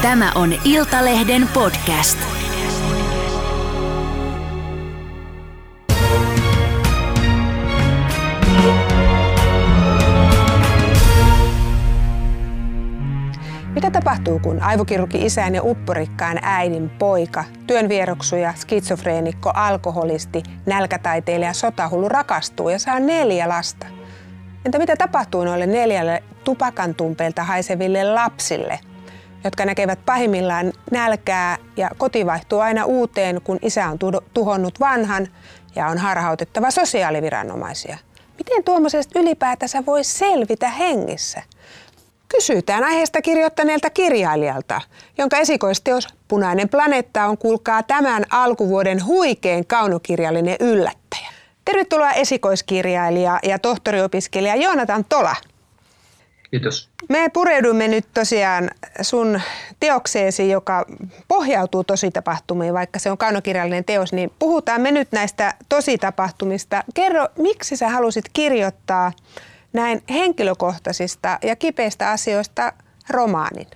Tämä on Iltalehden podcast. Mitä tapahtuu, kun aivokirurgi isän ja upporikkaan äidin poika, työnvieroksuja, skitsofreenikko, alkoholisti, nälkätaiteilija, sotahullu rakastuu ja saa 4 lasta? Entä mitä tapahtuu noille 4 tupakantumpeilta haiseville lapsille, jotka näkevät pahimmillaan nälkää ja koti vaihtuu aina uuteen, kun isä on tuhonnut vanhan ja on harhautettava sosiaaliviranomaisia? Miten tuommoisesta ylipäätänsä voi selvitä hengissä? Kysytään aiheesta kirjoittaneelta kirjailijalta, jonka esikoisteos Punainen planeetta on, kuulkaa, tämän alkuvuoden huikein kaunokirjallinen yllättäjä. Tervetuloa esikoiskirjailija ja tohtoriopiskelija Joonatan Tola. Kiitos. Me pureudumme nyt tosiaan sun teokseesi, joka pohjautuu tositapahtumiin, vaikka se on kaunokirjallinen teos, niin puhutaan me nyt näistä tositapahtumista. Kerro, miksi sä halusit kirjoittaa näin henkilökohtaisista ja kipeistä asioista romaanin?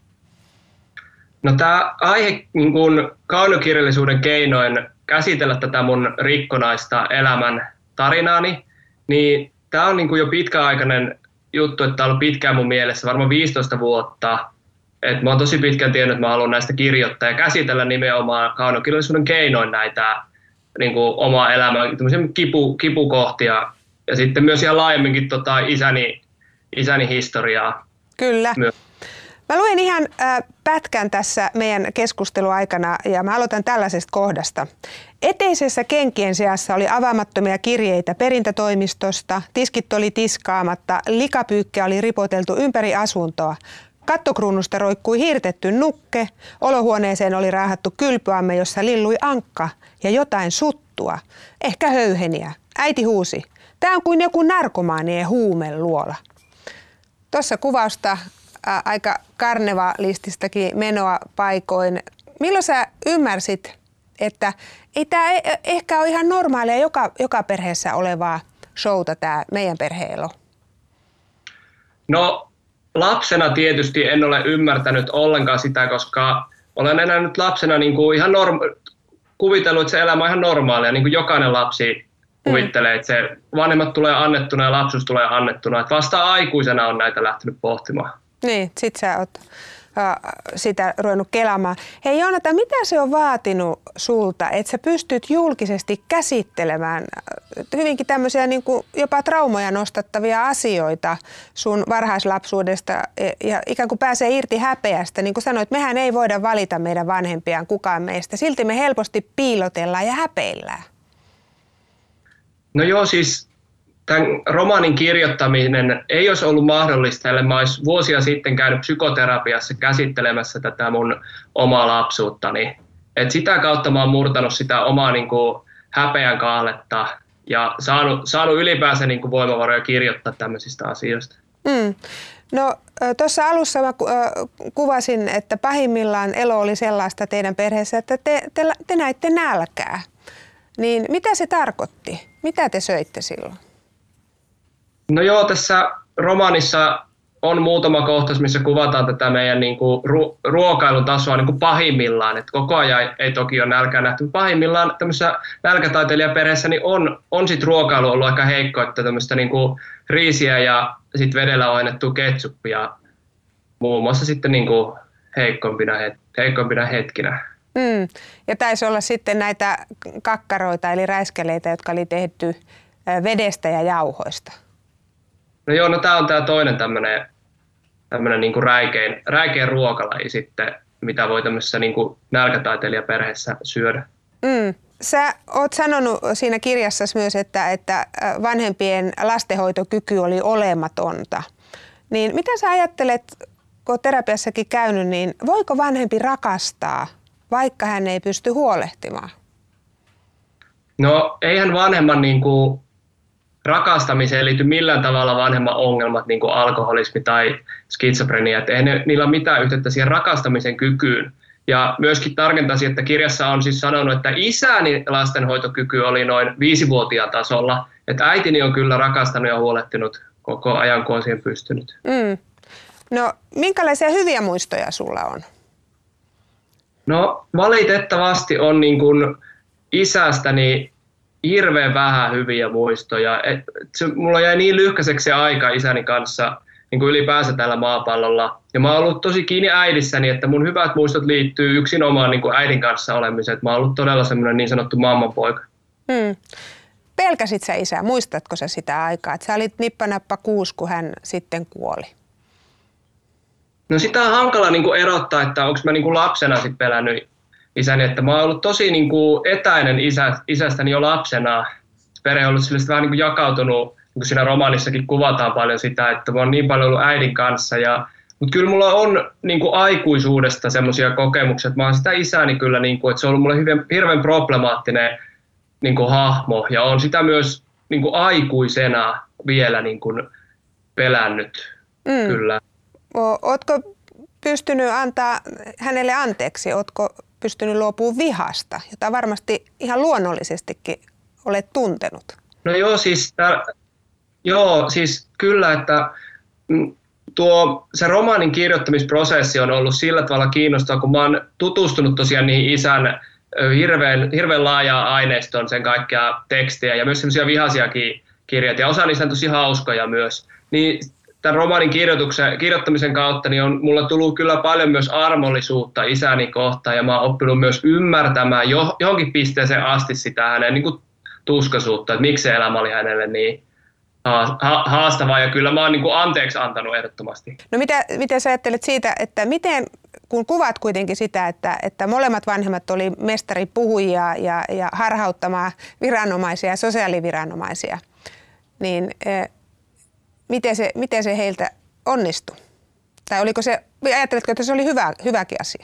No tämä aihe niin kun kaunokirjallisuuden keinoin käsitellä tätä mun rikkonaista elämän tarinaani, niin tämä on niin kun jo pitkäaikainen juttu, että tämä on ollut pitkään mun mielessä, varmaan 15 vuotta. Et mä oon tosi pitkään tiennyt, että mä haluan näistä kirjoittaa ja käsitellä nimenomaan kaunokirjallisuuden keinoin näitä niin kun omaa elämää, kipukohtia. Ja sitten myös ihan laajemminkin isäni historiaa. Kyllä. Mä luen ihan pätkän tässä meidän keskustelun aikana ja mä aloitan tällaisesta kohdasta. Eteisessä kenkien seassa oli avaamattomia kirjeitä perintätoimistosta, tiskit oli tiskaamatta, likapyykkä oli ripoteltu ympäri asuntoa. Kattokruunusta roikkui hiirtetty nukke, olohuoneeseen oli raahattu kylpyamme, jossa lillui ankka ja jotain suttua, ehkä höyheniä. Äiti huusi. Tämä on kuin joku narkomaanien huumeluola. Tuossa kuvausta aika karnevalististakin menoa paikoin. Milloin sä ymmärsit, että ei tämä ehkä ole ihan normaalia joka perheessä olevaa showta tämä meidän perhe-elo? No lapsena tietysti en ole ymmärtänyt ollenkaan sitä, koska olen enää nyt lapsena niin kuin ihan kuvitellut, että se elämä on ihan normaalia, niin kuin jokainen lapsi kuvittelee, että se vanhemmat tulee annettuna ja lapsuus tulee annettuna. Että vasta aikuisena on näitä lähtenyt pohtimaan. Niin, sit sä oot sitä ruvennut kelaamaan. Hei Joonatan, mitä se on vaatinut sulta, että sä pystyt julkisesti käsittelemään hyvinkin tämmöisiä niin kuin jopa traumoja nostattavia asioita sun varhaislapsuudesta ja ikään kuin pääsee irti häpeästä? Niin kuin sanoit, mehän ei voida valita meidän vanhempiaan kukaan meistä. Silti me helposti piilotellaan ja häpeillään. No joo, siis tämän romaanin kirjoittaminen ei olisi ollut mahdollista, ellei mä olisi vuosia sitten käynyt psykoterapiassa käsittelemässä tätä mun omaa lapsuuttani. Et sitä kautta mä oon murtanut sitä omaa niin kuin häpeän kaaretta ja saanut ylipäänsä niin kuin voimavaroja kirjoittaa tämmöisistä asioista. No tuossa alussa mä kuvasin, että pahimmillaan elo oli sellaista teidän perheessä, että te näitte nälkää. Niin mitä se tarkoitti? Mitä te söitte silloin? No joo, tässä romaanissa on muutama kohtaus, missä kuvataan tätä meidän niin kuin ruokailun tasoa niin kuin pahimmillaan. Et koko ajan ei toki ole nälkää nähty. Pahimmillaan tämmöisessä nälkätaiteilijaperheessä niin on sit ruokailu ollut aika heikko, että tämmöistä niin kuin riisiä ja sit vedellä oinettua ketsuppia muun muassa sitten niin kuin heikompina hetkinä. Ja taisi olla sitten näitä kakkaroita eli räiskeleitä, jotka oli tehty vedestä ja jauhoista. No joo, no tämä on tämä toinen tämmöinen niin kuin räikein ruokalaji sitten, mitä voi tämmöisessä niin kuin nälkätaiteilijaperheessä syödä. Sä oot sanonut siinä kirjassasi myös, että vanhempien lastenhoitokyky oli olematonta. Niin mitä sä ajattelet, kun oot terapiassakin käynyt, niin voiko vanhempi rakastaa, vaikka hän ei pysty huolehtimaan? No eihän vanhemman niin kuin rakastamiseen liity millään tavalla vanhemman ongelmat, niin kuin alkoholismi tai skitsofrenia. Eihän niillä ole mitään yhteyttä siihen rakastamisen kykyyn. Ja myöskin tarkentaisin, että kirjassa on siis sanonut, että isäni lastenhoitokyky oli noin 5-vuotiaan tasolla. Että äitini on kyllä rakastanut ja huolehtinut koko ajan, kun on siihen pystynyt. No minkälaisia hyviä muistoja sulla on No valitettavasti on niin kuin isästäni hirveän vähän hyviä muistoja. Mulla jäi niin lyhkäiseksi se aika isäni kanssa niin kuin ylipäänsä tällä maapallolla. Ja mä oon ollut tosi kiinni äidissäni, että mun hyvät muistot liittyy yksinomaan niin kuin äidin kanssa olemiseen. Mä oon ollut todella semmoinen niin sanottu mammanpoika. Pelkäsit sä isää? Muistatko sä sitä aikaa? Että sä olit nippanappa 6, kun hän sitten kuoli. No sitä on hankala niin kuin erottaa, että onko mä niin kuin lapsena sit pelännyt isäni. Että mä oon ollut tosi niin kuin etäinen isästäni jo lapsena. Perhe on ollut vähän niin kuin jakautunut. Niin kuin siinä romaanissakin kuvataan paljon sitä, että mä oon niin paljon ollut äidin kanssa. Mutta kyllä mulla on niin kuin aikuisuudesta semmoisia kokemuksia, että mä oon sitä isäni kyllä, niin kuin, että se on ollut mulle hirveän problemaattinen niin kuin hahmo. Ja on sitä myös niin kuin aikuisena vielä niin kuin pelännyt kyllä. Ootko pystynyt antaa hänelle anteeksi? Ootko pystynyt luopumaan vihasta, jota varmasti ihan luonnollisestikin olet tuntenut? No siis kyllä, että se romaanin kirjoittamisprosessi on ollut sillä tavalla kiinnostava, kun mä oon tutustunut tosiaan niihin isän hirveän laajaan aineistoon, sen kaikkea tekstiä ja myös semmoisia vihaisiakin kirjoja, ja osa niistä on tosi hauskoja myös. Niin tämän romaanin kirjoittamisen kautta niin mulla tullut kyllä paljon myös armollisuutta isäni kohtaan, ja mä oon oppinut myös ymmärtämään johonkin pisteeseen asti sitä hänen niin kuin tuskaisuutta, että miksi se elämä oli hänelle niin haastavaa, ja kyllä mä oon niin kuin anteeksi antanut ehdottomasti. No mitä sä ajattelet siitä, että kun kuvaat kuitenkin sitä, että molemmat vanhemmat oli mestaripuhujia ja harhauttamaan viranomaisia ja sosiaaliviranomaisia, niin miten se heiltä onnistui? Tai ajatteletko, että se oli hyväkin asia?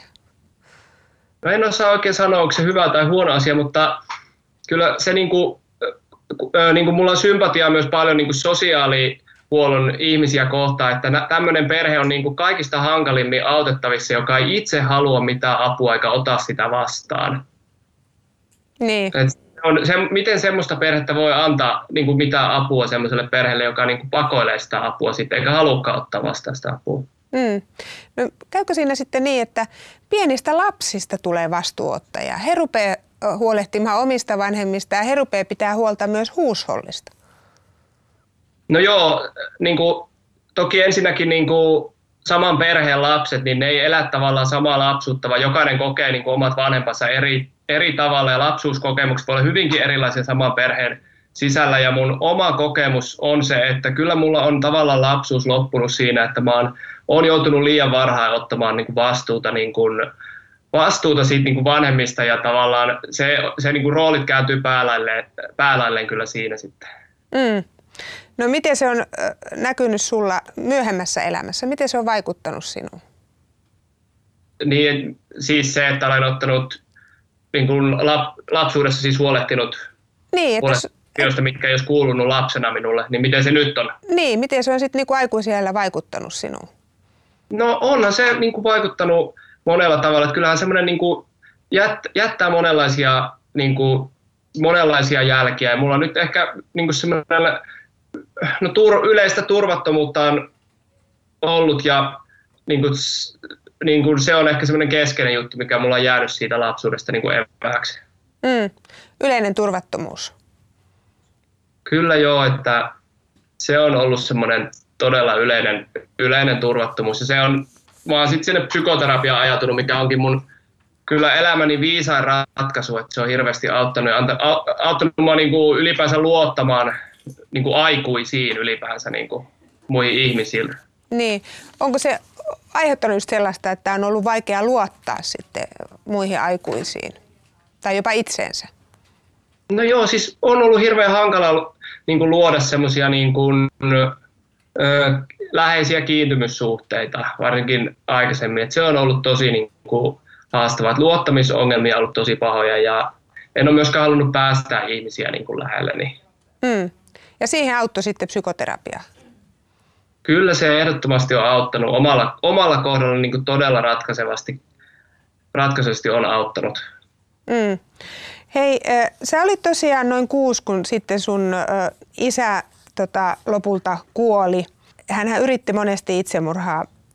No en osaa oikein sanoa, onko se hyvä tai huono asia, mutta kyllä se niin kuin mulla on sympatiaa myös paljon niin kuin sosiaalihuollon ihmisiä kohtaan, että tämmöinen perhe on niin kuin kaikista hankalimmin autettavissa, joka ei itse halua mitään apua eikä ota sitä vastaan. Niin. Miten semmoista perhettä voi antaa niin kuin mitään apua semmoiselle perheelle, joka niin kuin pakoilee sitä apua sitten, eikä halukaan ottaa vastaan sitä apua? No, käykö siinä sitten niin, että pienistä lapsista tulee vastuuottaja? He rupeaa huolehtimaan omista vanhemmista ja he rupeaa pitää huolta myös huushollista. No joo, niin kuin, toki ensinnäkin niin kuin saman perheen lapset, niin ne ei elä tavallaan samaa lapsuutta, vaan jokainen kokee niin kuin omat vanhempansa eri tavalla, ja lapsuuskokemukset voi olla hyvinkin erilaisia saman perheen sisällä, ja mun oma kokemus on se, että kyllä mulla on tavallaan lapsuus loppunut siinä, että mä oon joutunut liian varhain ottamaan niin kuin vastuuta siitä niin kuin vanhemmista, ja tavallaan se niin kuin roolit kääntyy päälailleen kyllä siinä sitten. No miten se on näkynyt sulla myöhemmässä elämässä? Miten se on vaikuttanut sinuun? Niin, siis se, että olen ottanut niin kuin lapsuudessa siis huolehtinut asioista, mitkä ei olisi kuulunut lapsena minulle, niin miten se nyt on? Niin, miten se on sitten niin kuin aikuisiällä vaikuttanut sinuun? No onhan se niin kuin vaikuttanut monella tavalla. Että kyllähän semmoinen niin kuin jättää monenlaisia jälkiä. Ja mulla on nyt ehkä niin kuin semmoinen yleistä turvattomuutta on ollut, ja niin kuin se on ehkä semmoinen keskeinen juttu, mikä mulla on jäänyt siitä lapsuudesta niin kuin evääksi. Yleinen turvattomuus. Kyllä joo, että se on ollut semmoinen todella yleinen turvattomuus. Ja mä oon sitten sinne psykoterapiaan ajatunut, mikä onkin mun kyllä elämäni viisain ratkaisu, että se on hirveästi auttanut mua niin kuin ylipäänsä luottamaan niin kuin aikuisiin ylipäänsä niin kuin muihin ihmisiin. Niin. Onko se aiheuttanut just sellaista, että on ollut vaikea luottaa sitten muihin aikuisiin tai jopa itseensä? No joo, siis on ollut hirveän hankala niin kuin luoda semmoisia niin kuin läheisiä kiintymyssuhteita, varsinkin aikaisemmin. Et se on ollut tosi niin kuin haastavaa. Luottamisongelmia on ollut tosi pahoja, ja en ole myöskään halunnut päästää ihmisiä niin kuin lähelleni. Ja siihen auttoi sitten psykoterapia? Kyllä se ehdottomasti on auttanut. Omalla kohdalla niin kuin todella ratkaisevasti on auttanut. Hei, sä olit tosiaan noin 6, kun sitten sun isä lopulta kuoli. Hänhän yritti monesti itsemurhaa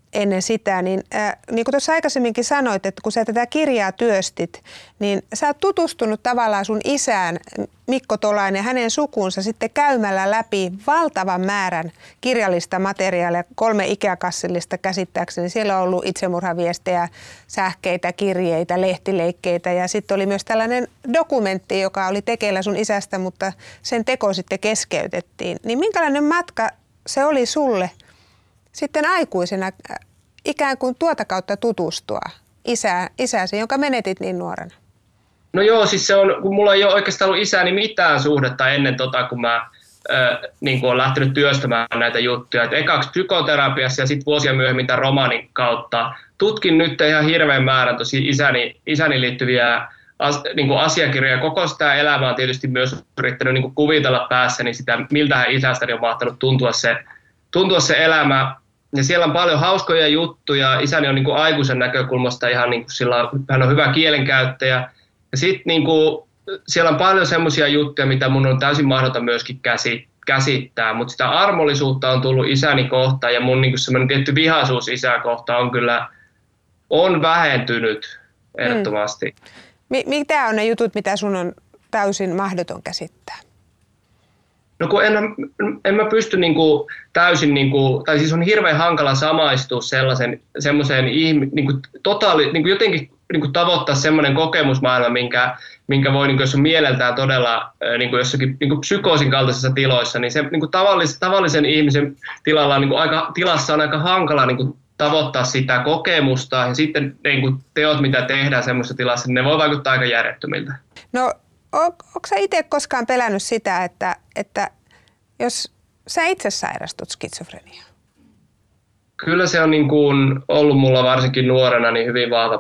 ennen sitä, niin kuin tuossa aikaisemminkin sanoit, että kun sä tätä kirjaa työstit, niin sä oot tutustunut tavallaan sun isään Mikko Tolainen ja hänen sukuunsa sitten käymällä läpi valtavan määrän kirjallista materiaalia, 3 ikäkassillista käsittääkseni. Siellä on ollut itsemurhaviestejä, sähkeitä, kirjeitä, lehtileikkeitä ja sitten oli myös tällainen dokumentti, joka oli tekeillä sun isästä, mutta sen teko sitten keskeytettiin. Niin minkälainen matka se oli sulle sitten aikuisena ikään kuin tuota kautta tutustua isääsi, jonka menetit niin nuorena? No joo, siis se on, kun mulla ei ole oikeastaan ollut isääni mitään suhdetta ennen kun mä niin olen lähtenyt työstämään näitä juttuja. Et ekaksi psykoterapiassa ja sitten vuosia myöhemmin tämän romaanin kautta tutkin nyt ihan hirveän määrän tosi isäni liittyviä asiakirjoja. Koko sitä elämää on tietysti myös yrittänyt niin kuvitella päässäni sitä, miltähän isästäni on mahtanut tuntua se elämä. Ja siellä on paljon hauskoja juttuja. Isäni on niin aikuisen näkökulmasta ihan niin hän on hyvä kielenkäyttäjä. Ja sitten niin siellä on paljon semmoisia juttuja, mitä mun on täysin mahdoton myöskin käsittää. Mutta sitä armollisuutta on tullut isäni kohtaan ja mun niin semmoinen tietty vihaisuus isää kohtaan on vähentynyt ehdottomasti. Mitä on ne jutut, mitä sun on täysin mahdoton käsittää? No kun en mä pysty täysin, tai siis on hirveän hankala samaistua semmoiseen jotenkin tavoittaa semmoinen kokemusmaailma, minkä voi, jos on mieleltään todella jossakin psykoosin kaltaisissa tiloissa, niin se tavallisen ihmisen tilassa on aika hankala tavoittaa sitä kokemusta, ja sitten teot, mitä tehdään semmoisessa tilassa, niin ne voi vaikuttaa aika järjettömiltä. No, onko sä itse koskaan pelännyt sitä, että jos sä itse sairastut skitsofreniaan? Kyllä se on ollut mulla varsinkin nuorena niin hyvin vahva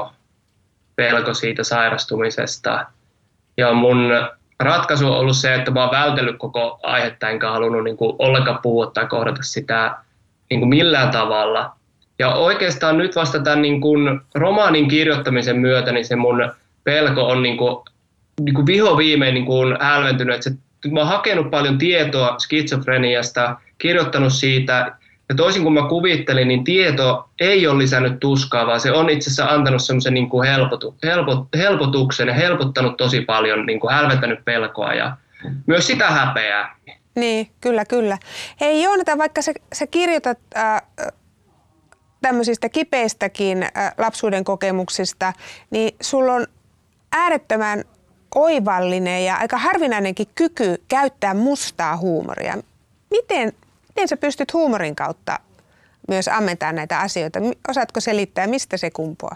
pelko siitä sairastumisesta. Ja mun ratkaisu on ollut se, että mä oon vältellyt koko aihetta, enkä halunnut ollenkaan puhua tai kohdata sitä millään tavalla. Ja oikeastaan nyt vasta tämän romaanin kirjoittamisen myötä niin se mun pelko on vihoviimein hälventynyt. Mä oon hakenut paljon tietoa skitsofreniasta, kirjoittanut siitä, ja toisin kuin mä kuvittelin, niin tieto ei ole lisännyt tuskaa, vaan se on itse asiassa antanut semmoisen helpotuksen ja helpottanut tosi paljon, hälventänyt pelkoa ja myös sitä häpeää. Niin, kyllä. Hei Joonatan, vaikka sä kirjoitat tämmöisistä kipeistäkin lapsuuden kokemuksista, niin sulla on äärettömän oivallinen ja aika harvinainenkin kyky käyttää mustaa huumoria. Miten sä pystyt huumorin kautta myös ammentamaan näitä asioita? Osaatko selittää, mistä se kumpuaa?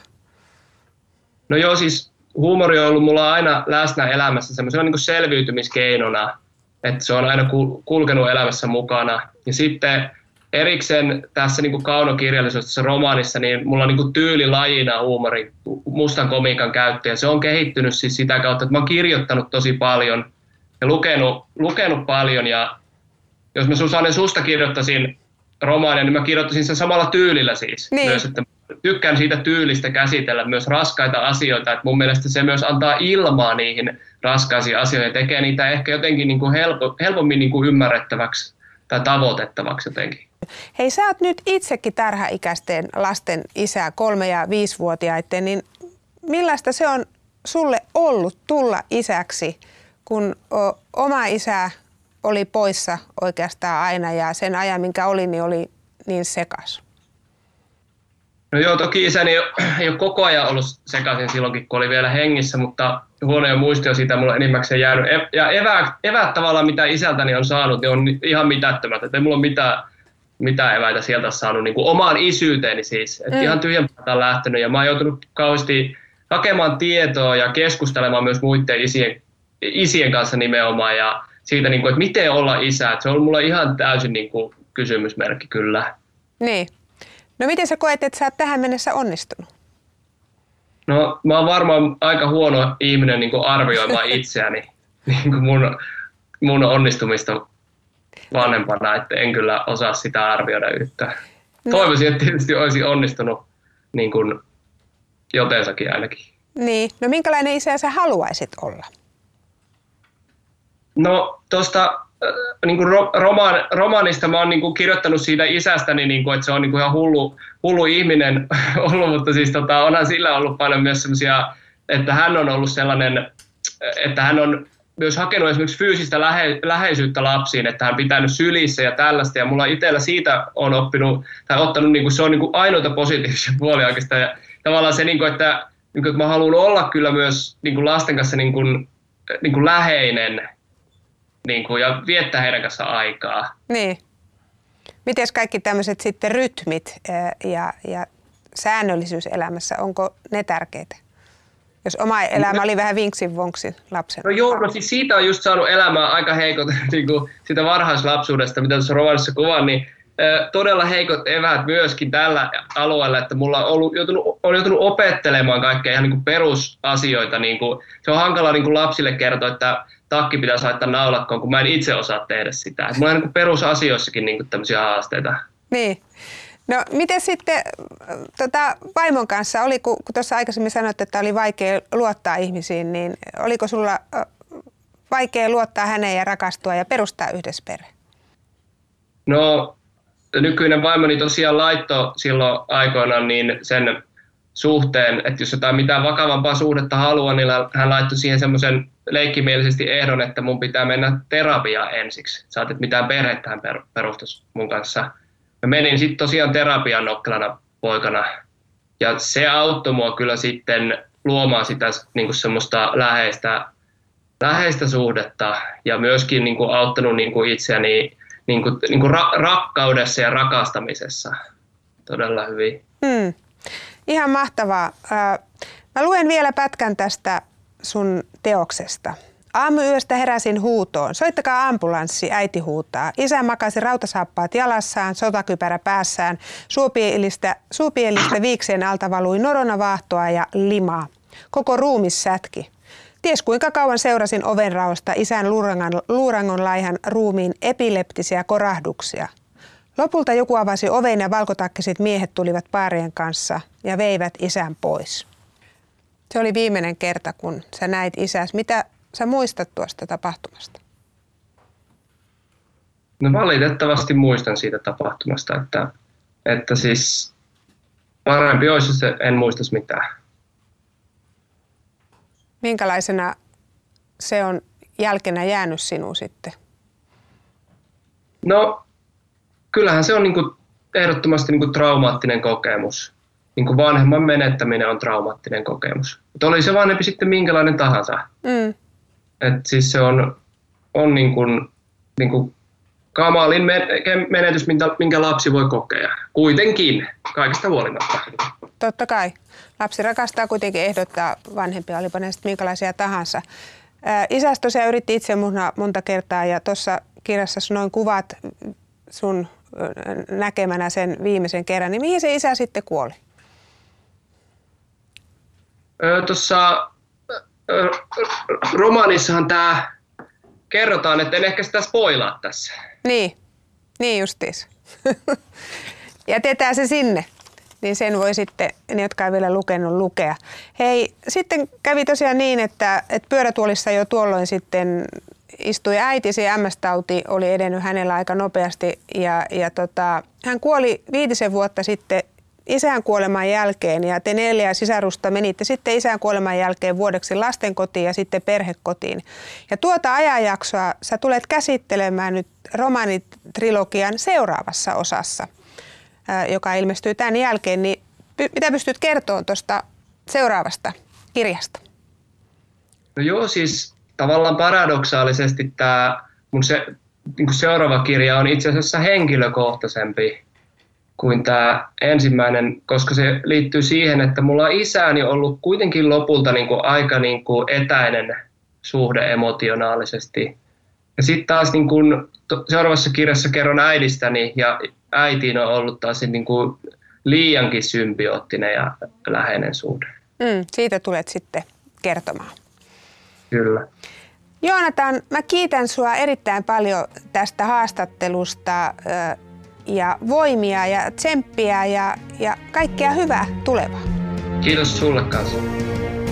No joo, siis huumori on ollut mulla aina läsnä elämässä semmoisena selviytymiskeinona, että se on aina kulkenut elämässä mukana. Ja sitten erikseen tässä kaunokirjallisuudessa romaanissa, niin mulla on tyylilajina huumori, mustan komiikan käyttö, ja se on kehittynyt siis sitä kautta, että mä oon kirjoittanut tosi paljon ja lukenut paljon, ja jos mä Susanne susta kirjoittaisin romaania, niin mä kirjoittaisin sen samalla tyylillä siis. Niin. Myös, että tykkään siitä tyylistä käsitellä myös raskaita asioita, että mun mielestä se myös antaa ilmaa niihin raskaisiin asioihin ja tekee niitä ehkä jotenkin helpommin ymmärrettäväksi tai tavoitettavaksi jotenkin. Hei, sä oot nyt itsekin tarhaikäisten lasten isä, 3- ja 5-vuotiaiden, niin millaista se on sulle ollut tulla isäksi, kun oma isä oli poissa oikeastaan aina ja sen ajan, minkä oli, niin oli niin sekas? No joo, toki isäni ei ole koko ajan ollut sekaisin silloinkin, kun oli vielä hengissä, mutta huonoja muistio siitä mulla enimmäkseen jäänyt. Ja eväät tavallaan, mitä isältäni on saanut, niin on ihan mitättömät. Että ei mulla ole mitään eväitä sieltä saanut omaan isyyteeni siis. Että ihan tyhjän päätään lähtenyt ja mä oon joutunut kauheasti hakemaan tietoa ja keskustelemaan myös muiden isien kanssa nimenomaan ja siitä, että miten olla isä. Että se on mulla ihan täysin kysymysmerkki kyllä. Niin. No miten sä koet, että sä oot tähän mennessä onnistunut? No mä oon varmaan aika huono ihminen arvioimaan itseäni mun onnistumista vanhempana, että en kyllä osaa sitä arvioida yhtään. No. Toivoisin, että tietysti olisi onnistunut jotensakin ainakin. Niin. No minkälainen isä sä haluaisit olla? No tuosta niin kuin romaanista mä oon niin kuin kirjoittanut siitä isästäni, niin kuin, että se on niin kuin ihan hullu ihminen ollut, mutta siis onhan sillä ollut paljon myös semmoisia, että hän on ollut sellainen, että hän on myös hakenut esimerkiksi fyysistä läheisyyttä lapsiin, että hän pitänyt sylissä ja tällaista, ja mulla itsellä siitä on oppinut, tai ottanut, niin kuin, se on niin kuin ainoita positiivisia puolia oikeastaan, ja tavallaan se, niin kuin, että mä haluan olla kyllä myös niin kuin lasten kanssa niin kuin läheinen, niin kuin, ja viettää heidän kanssa aikaa. Niin. Miten kaikki tämmöiset sitten rytmit ja säännöllisyys elämässä, onko ne tärkeitä? Jos oma elämä oli vähän vinksin vonksin lapsena. No joo, no siis siitä on just saanut elämää aika heikot, niin kuin siitä varhaislapsuudesta, mitä tuossa romaanissa kuvaan, niin todella heikot eväät myöskin tällä alueella, että mulla on joutunut opettelemaan kaikkea ihan niin kuin perusasioita. Niin kuin, se on hankala niin kuin lapsille kertoa, että takki pitäisi laittaa naulakkoon, kun mä en itse osaa tehdä sitä. Et mulla on niin kuin perusasioissakin niin kuin tämmöisiä haasteita. Niin. No miten sitten vaimon kanssa, oli, kun tuossa aikaisemmin sanoit, että oli vaikea luottaa ihmisiin, niin oliko sulla vaikea luottaa häneen ja rakastua ja perustaa yhdessä perhe? No nykyinen vaimoni tosiaan laittoi silloin aikoinaan niin sen suhteen, että jos jotain mitään vakavampaa suhdetta haluaa, niin hän laittoi siihen semmoisen leikkimielisesti ehdon, että mun pitää mennä terapiaan ensiksi. Sä että mitään perhettä hän perustaisi mun kanssa. Mä menin sitten tosiaan terapiaan nokkelana poikana, ja se auttoi mua kyllä sitten luomaan sitä niin kuin semmoista läheistä suhdetta, ja myöskin niin kuin auttanut niin kuin itseäni niin kuin rakkaudessa ja rakastamisessa todella hyvin. Ihan mahtavaa. Mä luen vielä pätkän tästä sun teoksesta. Aamuyöstä heräsin huutoon. Soittakaa ambulanssi, äiti huutaa. Isä makasi rautasaappaat jalassaan, sotakypärä päässään. Suupielistä viikseen alta valui noronavaahtoa ja limaa. Koko ruumis sätki. Ties kuinka kauan seurasin ovenraosta isän luurangon laihan ruumiin epileptisiä korahduksia. Lopulta joku avasi oven ja valkotakkiset miehet tulivat paarien kanssa ja veivät isän pois. Se oli viimeinen kerta, kun sä näit isäsi. Mitä sä muistat tuosta tapahtumasta? No valitettavasti muistan siitä tapahtumasta, että siis parempi olisi, jos en muistaisi mitään. Minkälaisena se on jälkenä jäänyt sinuun sitten? No kyllähän se on niin kuin ehdottomasti niin kuin traumaattinen kokemus. Niin kuin vanhemman menettäminen on traumaattinen kokemus. Mutta oli se vanhempi sitten minkälainen tahansa. Et siis se on niin kuin kamalin menetys, minkä lapsi voi kokea. Kuitenkin, kaikesta huolimatta. Totta kai. Lapsi rakastaa kuitenkin ehdottaa vanhempia, olipa ne sitten minkälaisia tahansa. Isäsi tosiaan yritti itse monta kertaa, ja tuossa kirjassa noin kuvat sun näkemänä sen viimeisen kerran. Niin mihin se isä sitten kuoli? Tuossa romaanissahan tämä kerrotaan, että en ehkä sitä spoilaa tässä. Niin justiis. Jätetään se sinne, niin sen voi sitten ne, jotka ei vielä lukenut, lukea. Hei, sitten kävi tosiaan niin, että pyörätuolissa jo tuolloin sitten istui äitisi ja MS-tauti oli edennyt hänellä aika nopeasti ja hän kuoli 5 vuotta sitten isän kuoleman jälkeen, ja te 4 sisarusta menitte sitten isän kuoleman jälkeen vuodeksi lastenkotiin ja sitten perhekotiin. Ja tuota ajanjaksoa sä tulet käsittelemään nyt romaanitrilogian seuraavassa osassa, joka ilmestyy tämän jälkeen. Niin mitä pystyt kertomaan tuosta seuraavasta kirjasta? No joo, siis tavallaan paradoksaalisesti tämä mun niin seuraava kirja on itse asiassa henkilökohtaisempi kuin tämä ensimmäinen, koska se liittyy siihen, että mulla on isääni ollut kuitenkin lopulta niin kuin aika niin kuin etäinen suhde emotionaalisesti. Ja sitten taas niin kuin seuraavassa kirjassa kerron äidistäni, ja äitiin on ollut taas niin kuin liiankin symbioottinen ja läheinen suhde. Siitä tulet sitten kertomaan. Kyllä. Joonatan, mä kiitän sua erittäin paljon tästä haastattelusta ja voimia ja tsemppiä ja kaikkea hyvää tulevaa. Kiitos sulle kanssa.